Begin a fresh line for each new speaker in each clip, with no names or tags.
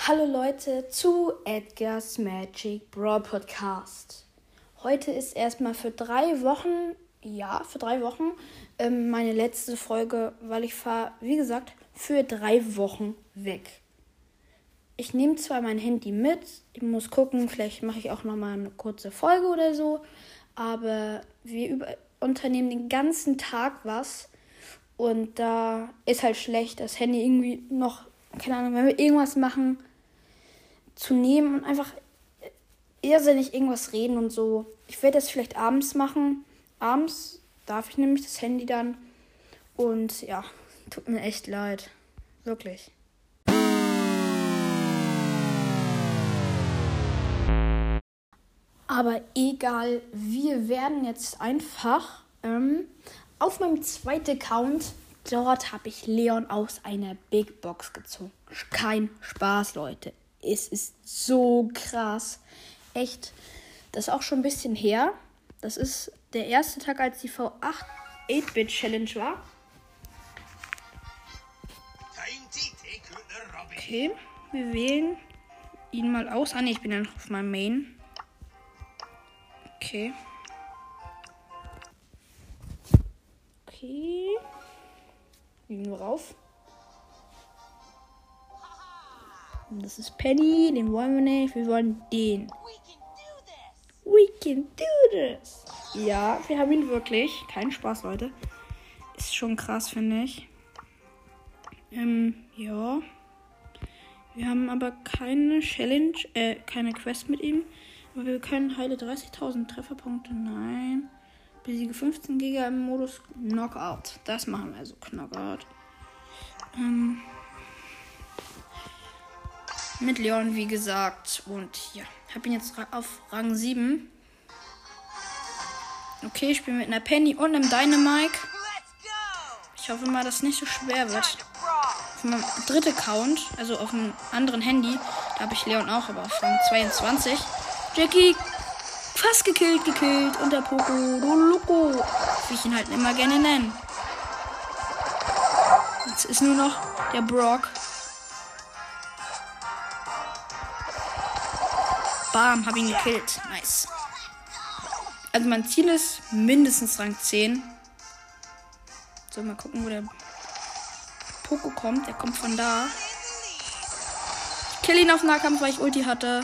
Hallo Leute zu Edgar's Magic Brawl Podcast. Heute ist erstmal für 3 Wochen, meine letzte Folge, weil ich fahre, wie gesagt, für 3 Wochen weg. Ich nehme zwar mein Handy mit, ich muss gucken, vielleicht mache ich auch nochmal eine kurze Folge oder so, aber wir unternehmen den ganzen Tag was und da ist halt schlecht, das Handy irgendwie noch, keine Ahnung, wenn wir irgendwas machen, zu nehmen und einfach irrsinnig irgendwas reden und so. Ich werde das vielleicht abends machen. Abends darf ich nämlich das Handy dann. Und ja, tut mir echt leid. Wirklich. Aber egal, wir werden jetzt einfach auf meinem zweiten Account, dort habe ich Leon aus einer Big Box gezogen. Kein Spaß, Leute. Es ist so krass. Echt. Das ist auch schon ein bisschen her. Das ist der erste Tag, als die V8 8-Bit Challenge war. Okay, wir wählen ihn mal aus. Ah ne, ich bin ja noch auf meinem Main. Okay. Okay. Gehen wir rauf. Das ist Penny, den wollen wir nicht, wir wollen den. We can do this. Ja, wir haben ihn wirklich. Kein Spaß, Leute. Ist schon krass, finde ich. Ja. Wir haben aber keine Challenge, keine Quest mit ihm. Aber wir können heile 30.000 Trefferpunkte. Nein. Besiege 15 Giga im Modus Knockout. Das machen wir also, Knockout. Mit Leon, wie gesagt. Und ja, habe ihn jetzt auf Rang 7. Okay, ich spiele mit einer Penny und einem Dynamike. Ich hoffe mal, dass es nicht so schwer wird. Auf meinem dritten Account, also auf einem anderen Handy, da habe ich Leon auch, aber auf Rang 22. Jackie, fast gekillt. Und der Poco, Loco, wie ich ihn halt immer gerne nenne. Jetzt ist nur noch der Brock. Bam, hab ihn gekillt. Nice. Also mein Ziel ist mindestens Rang 10. So, mal gucken, wo der Poco kommt. Der kommt von da. Ich kill ihn auf Nahkampf, weil ich Ulti hatte.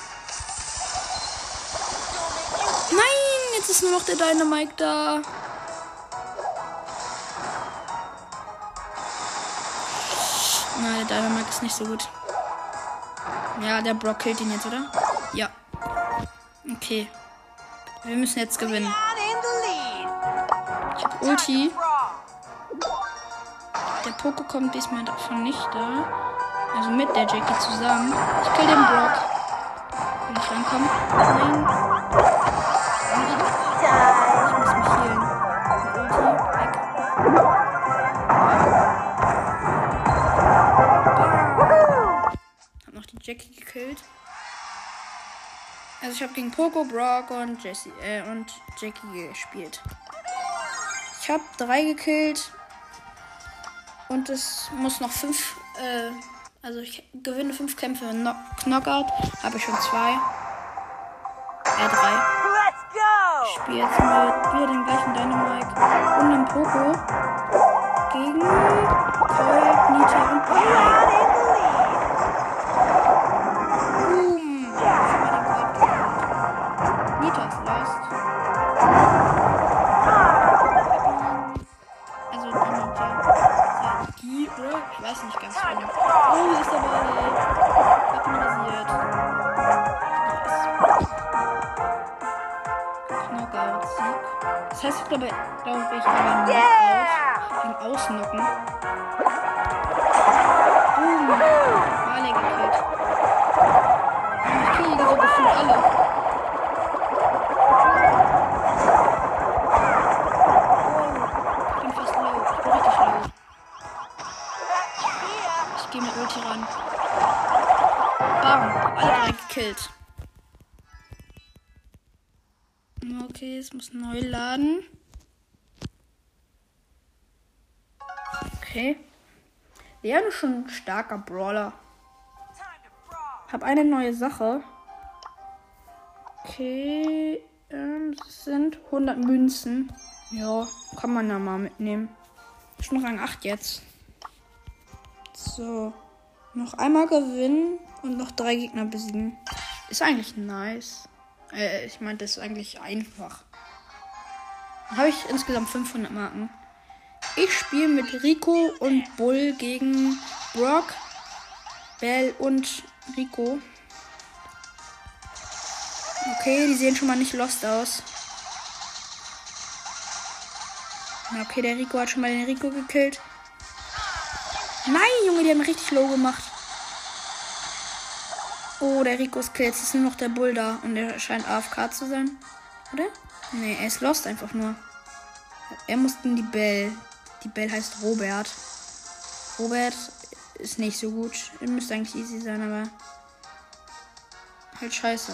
Nein, jetzt ist nur noch der Dynamike da. Na, der Dynamike ist nicht so gut. Ja, der Brock killt ihn jetzt, oder? Ja. Okay. Wir müssen jetzt gewinnen. Ich hab Ulti. Der Poco kommt diesmal davon nicht da. Also mit der Jackie zusammen. Ich kill den Brock. Wenn ich rankomme. Nein. Ich muss mich healen. Ulti. Weg. Hab noch die Jackie gekillt. Also ich habe gegen Poco, Brock und Jackie gespielt. Ich habe 3 gekillt. Und es muss noch 5, also ich gewinne 5 Kämpfe in Knockout. Habe ich schon 2. 3. Ich spiele jetzt mit wieder den gleichen Dynamike und dem Poco gegen Colt, Nita und Barley. Nita ist lost. Also die Nita. Ja, die, oder? Ich weiß nicht ganz genau. Oh, hier ist der Barley. Hab ihn rasiert. Nice. Knockout-Sieg. Das heißt, ich glaube ich aber Knockout. Ausnocken. Boom. Barley gekillt. Ich kriege so gefühlt alle. Ulti ran. Bam, alle 3 gekillt. Okay, es muss neu laden. Okay. Leon ist schon ein starker Brawler. Hab eine neue Sache. Okay. Das sind 100 Münzen. Ja, kann man da mal mitnehmen. Ich bin Rang 8 jetzt. So. Noch einmal gewinnen und noch 3 Gegner besiegen. Ist eigentlich nice. Ich meine, das ist eigentlich einfach. Dann habe ich insgesamt 500 Marken. Ich spiele mit Rico und Bull gegen Brock, Bell und Rico. Okay, die sehen schon mal nicht lost aus. Okay, der Rico hat schon mal den Rico gekillt. Nein, Junge, die haben richtig low gemacht. Oh, der Rico ist killt. Jetzt ist nur noch der Bull da. Und der scheint AFK zu sein. Oder? Nee, er ist lost einfach nur. Er muss gegen die Bell. Die Bell heißt Robert. Robert ist nicht so gut. Er müsste eigentlich easy sein, aber halt scheiße.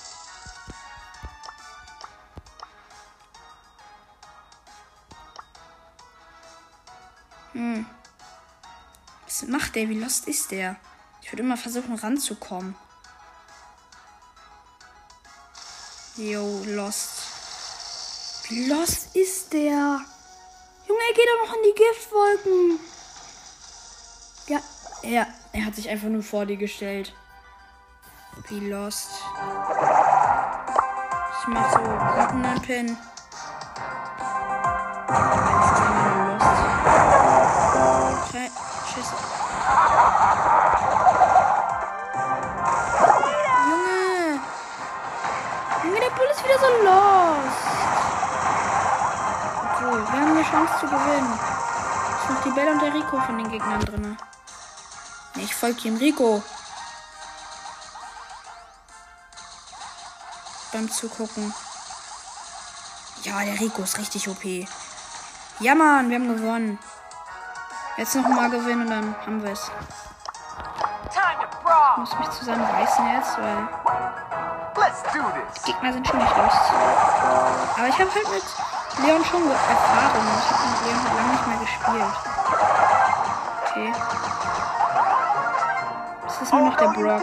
Was macht der? Wie lost ist der? Ich würde immer versuchen ranzukommen. Yo, lost. Wie lost ist der? Junge, er geht doch noch in die Giftwolken. Ja, er hat sich einfach nur vor dir gestellt. Wie lost. Ich mach so einen Pin. Scheiße. Junge, der Bull ist wieder so lost. Obwohl, wir haben eine Chance zu gewinnen. Ist noch die Bella und der Rico von den Gegnern drin. Nee, ich folge dem Rico. Beim Zugucken. Ja, der Rico ist richtig OP. Ja, Mann, wir haben gewonnen. Jetzt noch mal gewinnen und dann haben wir es. Ich muss mich zusammenreißen jetzt, weil die Gegner sind schon nicht lost. Aber ich habe halt mit Leon schon Erfahrung. Ich habe mit Leon halt lange nicht mehr gespielt. Okay. Das ist nur noch der Brock.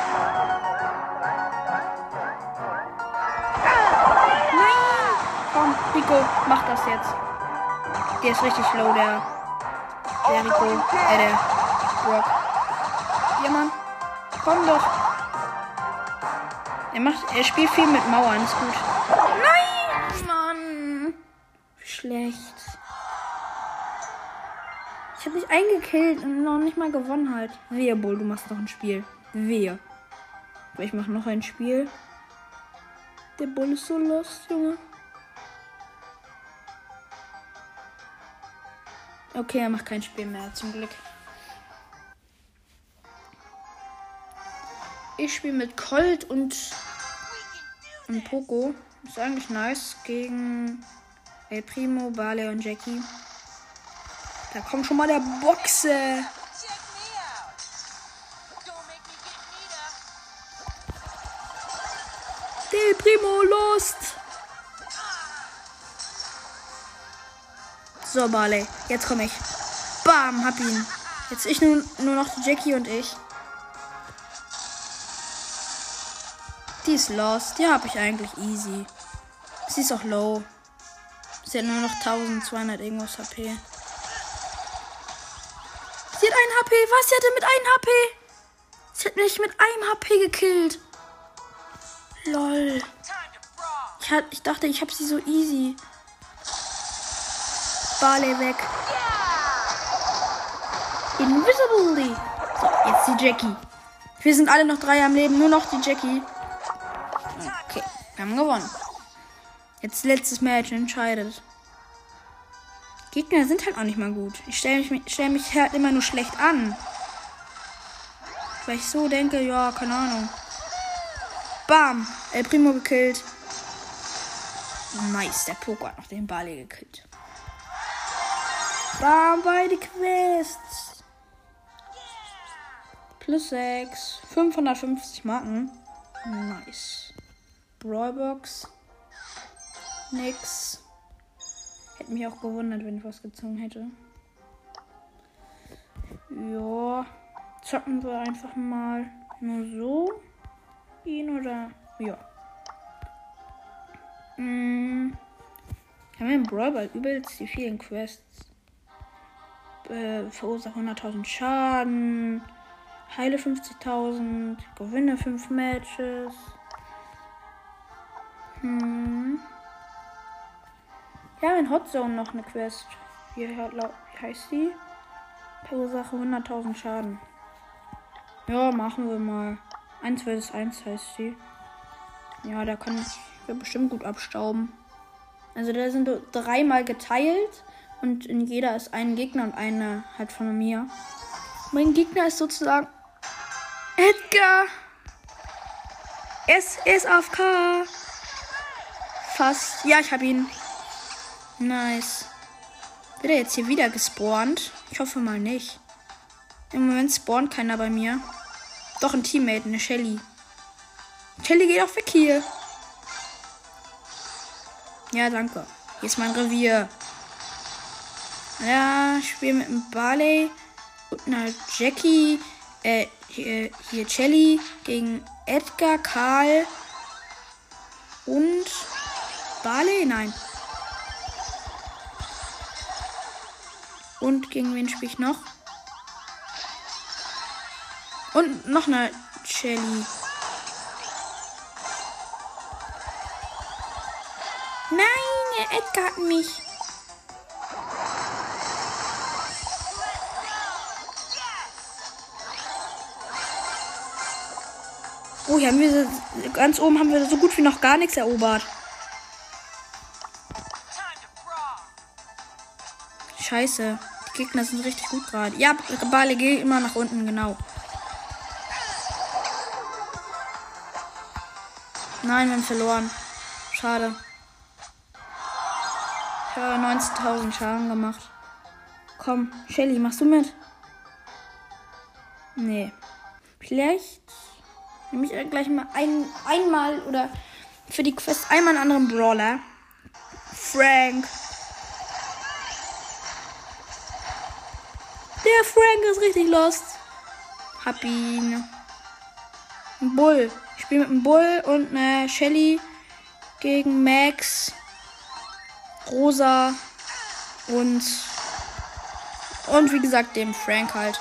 Nein! Komm, Rico, mach das jetzt. Der ist richtig low, der Rico, der Brock. Ja, Mann. Komm doch. Er spielt viel mit Mauern, ist gut. Nein, Mann. Schlecht. Ich habe mich eingekillt und noch nicht mal gewonnen halt. Wehe, Bull, du machst noch ein Spiel. Wehe. Ich mache noch ein Spiel. Der Bull ist so lost, Junge. Okay, er macht kein Spiel mehr, zum Glück. Ich spiele mit Colt und Poco. Ist eigentlich nice gegen El Primo, Barley und Jackie. Da kommt schon mal der Boxer. El Primo lost. So, Barley. Jetzt komme ich. Bam, hab ihn. Jetzt ich nur noch die Jackie und ich. Die ist lost. Die habe ich eigentlich easy. Sie ist auch low. Sie hat nur noch 1200 irgendwas HP. Sie hat 1 HP. Was? Sie hatte mit 1 HP? Sie hat mich mit 1 HP gekillt. Lol. Ich dachte, ich habe sie so easy. Barley weg. Invisibility. So, jetzt die Jackie. Wir sind alle noch 3 am Leben. Nur noch die Jackie. Okay, wir haben gewonnen. Jetzt letztes Match entscheidet. Gegner sind halt auch nicht mal gut. Ich stell mich halt immer nur schlecht an. Weil ich so denke, ja, keine Ahnung. Bam! El Primo gekillt. Nice, der Poco hat noch den Barley gekillt. Bam, beide Quests. Plus 6. 550 Marken. Nice. Brawlbox. Nix. Hätte mich auch gewundert, wenn ich was gezogen hätte. Ja. Zocken wir einfach mal. Nur so? Ihn oder? Ja. Haben wir im Brawl Ball übelst die vielen Quests. Verursache 100.000 Schaden. Heile 50.000. Gewinne 5 Matches. Ja, in Hot Zone noch eine Quest. Wie heißt die? Verursache 100.000 Schaden. Ja, machen wir mal. 1 vs 1 heißt sie. Ja, da kann ich bestimmt gut abstauben. Also da sind 3-mal geteilt. Und in jeder ist ein Gegner und eine halt von mir. Mein Gegner ist sozusagen Edgar. Es ist AFK. Fast. Ja, ich habe ihn. Nice. Wird er jetzt hier wieder gespawnt? Ich hoffe mal nicht. Im Moment spawnt keiner bei mir. Doch ein Teammate, eine Shelly. Shelly geht auch weg hier. Ja, danke. Hier ist mein Revier. Ja, ich spiele mit einem Barley und einer Jackie. Hier Shelly gegen Edgar, Karl und Barley? Nein. Und gegen wen spiele ich noch? Und noch eine Shelly. Nein, Edgar hat mich. Oh, hier haben wir ganz oben haben wir so gut wie noch gar nichts erobert. Scheiße. Die Gegner sind richtig gut gerade. Ja, Bale geht immer nach unten, genau. Nein, wir haben verloren. Schade. Ich habe 19.000 Schaden gemacht. Komm, Shelly, machst du mit? Nee. Vielleicht nehme ich gleich mal einmal oder für die Quest einmal einen anderen Brawler. Frank. Der Frank ist richtig lost. Hab ihn. Ein Bull. Ich spiele mit einem Bull und einer Shelly gegen Max, Rosa und wie gesagt dem Frank halt.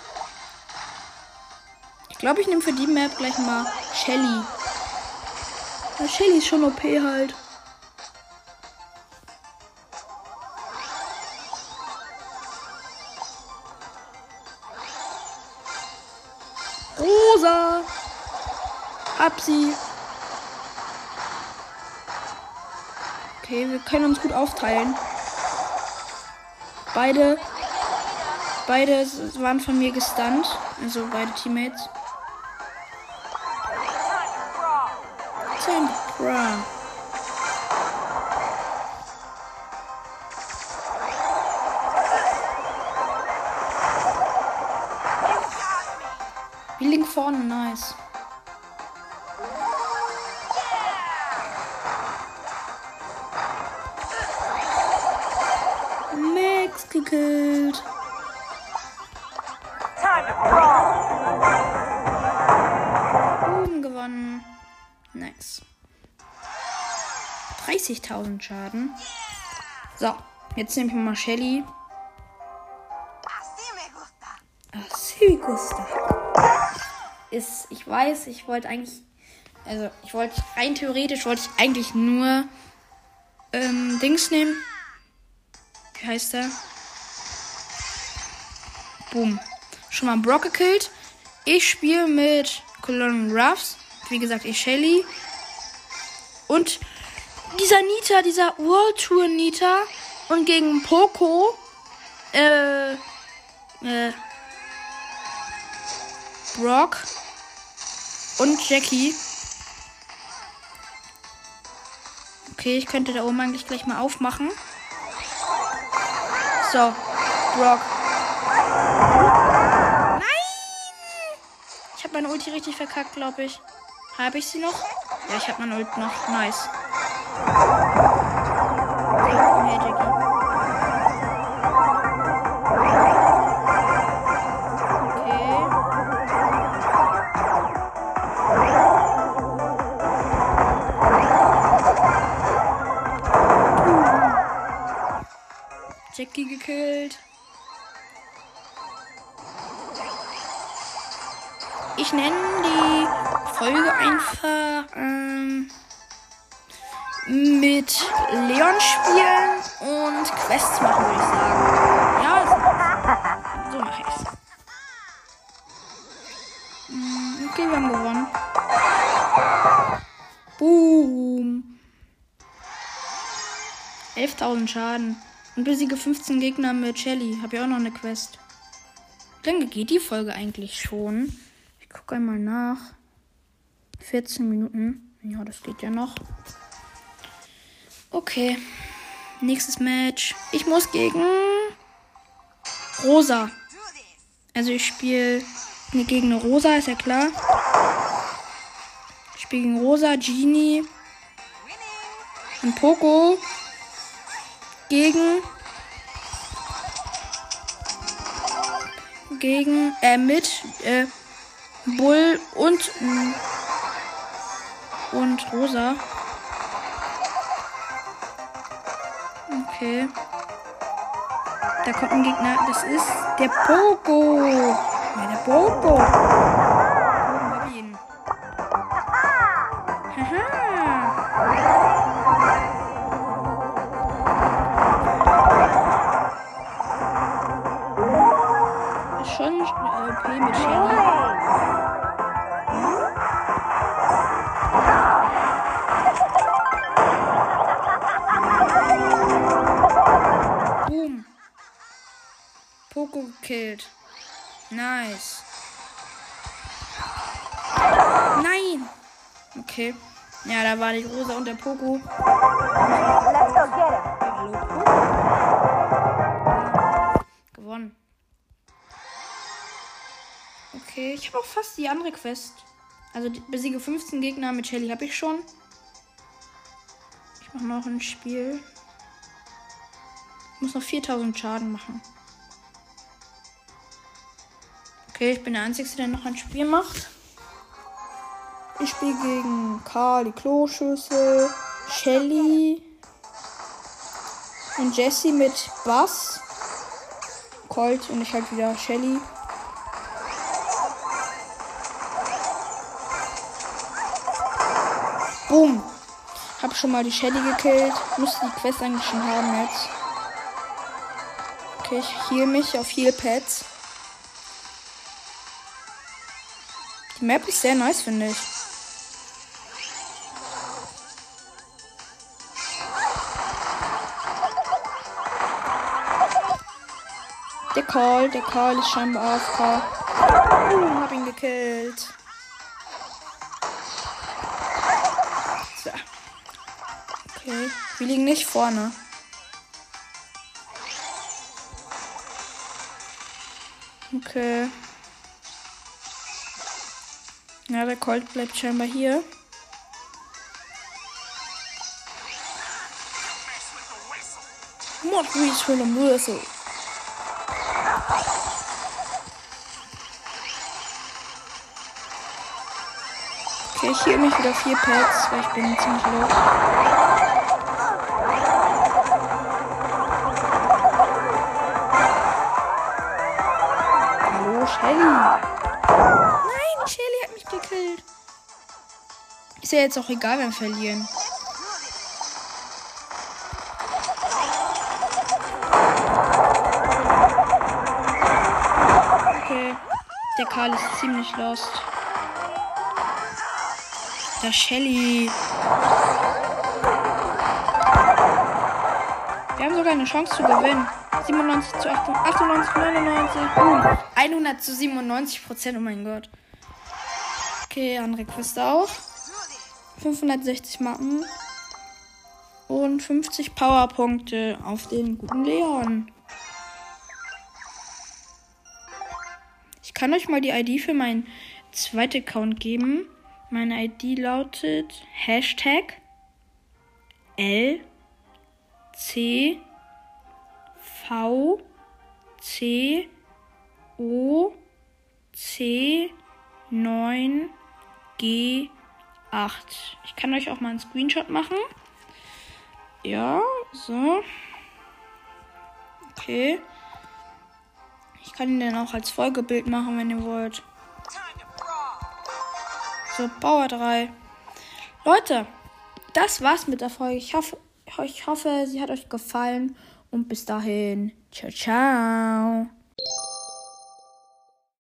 Ich glaube, ich nehme für die Map gleich mal Shelly. Ja, Shelly ist schon OP halt. Rosa. Hab sie. Okay, wir können uns gut aufteilen. Beide waren von mir gestunt. Also beide Teammates. Bra. Wir liegen vorne, nice. Max gekillt. Gewonnen. Nice. 30.000 Schaden. So, jetzt nehme ich mal Shelly. Así me gusta. Ich weiß, ich wollte eigentlich, rein theoretisch wollte ich eigentlich nur Dings nehmen. Wie heißt der? Boom. Schon mal Brock gekillt. Ich spiele mit Colonel Ruffs. Wie gesagt, ich Shelly. Und dieser Nita, dieser World Tour Nita. Und gegen Poco. Brock. Und Jackie. Okay, ich könnte da oben eigentlich gleich mal aufmachen. So, Brock. Nein! Ich habe meine Ulti richtig verkackt, glaube ich. Habe ich sie noch? Ja, ich habe meine Ulti noch. Nice. Hey, Jackie. Okay. Jackie gekillt. Ich nenne die Folge einfach mit Leon spielen und Quests machen, würde ich sagen. Ja, so mache ich es. Okay, wir haben gewonnen. Boom. 11.000 Schaden. Und besiege 15 Gegner mit Shelly. Hab ja auch noch eine Quest. Wie lange geht die Folge eigentlich schon? Ich gucke einmal nach. 14 Minuten. Ja, das geht ja noch. Okay. Nächstes Match. Ich muss gegen Rosa. Also ich spiele gegen eine Rosa, ist ja klar. Ich spiele gegen Rosa, Genie und Poco. Gegen mit Bull und Rosa. Okay. Da kommt ein Gegner. Das ist der Poco. Ja, der Poco. Hab ihn. Haha. Schon OP mit Shelly. Boom. Poco gekillt. Nice. Nein. Okay. Ja, da war die Rosa und der Poco. Gewonnen. Okay, ich habe auch fast die andere Quest. Also besiege 15 Gegner mit Shelly habe ich schon. Ich mache noch ein Spiel. Ich muss noch 4.000 Schaden machen. Okay, ich bin der Einzige, der noch ein Spiel macht. Ich spiele gegen Karl, die Kloschüssel, Shelly und Jessie mit Bass, Colt und ich halt wieder Shelly. Boom. Hab schon mal die Shelly gekillt. Müsste die Quest eigentlich schon haben jetzt. Okay, ich heal mich auf Heal Pads. Die Map ist sehr nice, finde ich. Der Karl ist scheinbar AFK. Hab ihn gekillt. So. Okay, wir liegen nicht vorne. Okay. Ja, der Colt bleibt scheinbar hier. What reach for the whistle? Okay, ich heal mich wieder 4 Packs, weil ich bin ziemlich low. Hallo, Shelly. Nein, Shelly hat mich gekillt. Ist ja jetzt auch egal, wenn wir verlieren. Okay, der Karl ist ziemlich lost. Der Shelly. Wir haben sogar eine Chance zu gewinnen. 97 zu 98, 99. 100 zu 97%. Oh mein Gott. Okay, andere Quest auch. 560 Marken. Und 50 Powerpunkte auf den guten Leon. Ich kann euch mal die ID für meinen zweiten Account geben. Meine ID lautet Hashtag LCVCOC9G8. Ich kann euch auch mal einen Screenshot machen. Ja, so. Okay. Ich kann ihn dann auch als Folgebild machen, wenn ihr wollt. So, Bauer 3. Leute, das war's mit der Folge. Ich hoffe, sie hat euch gefallen. Und bis dahin. Ciao, ciao.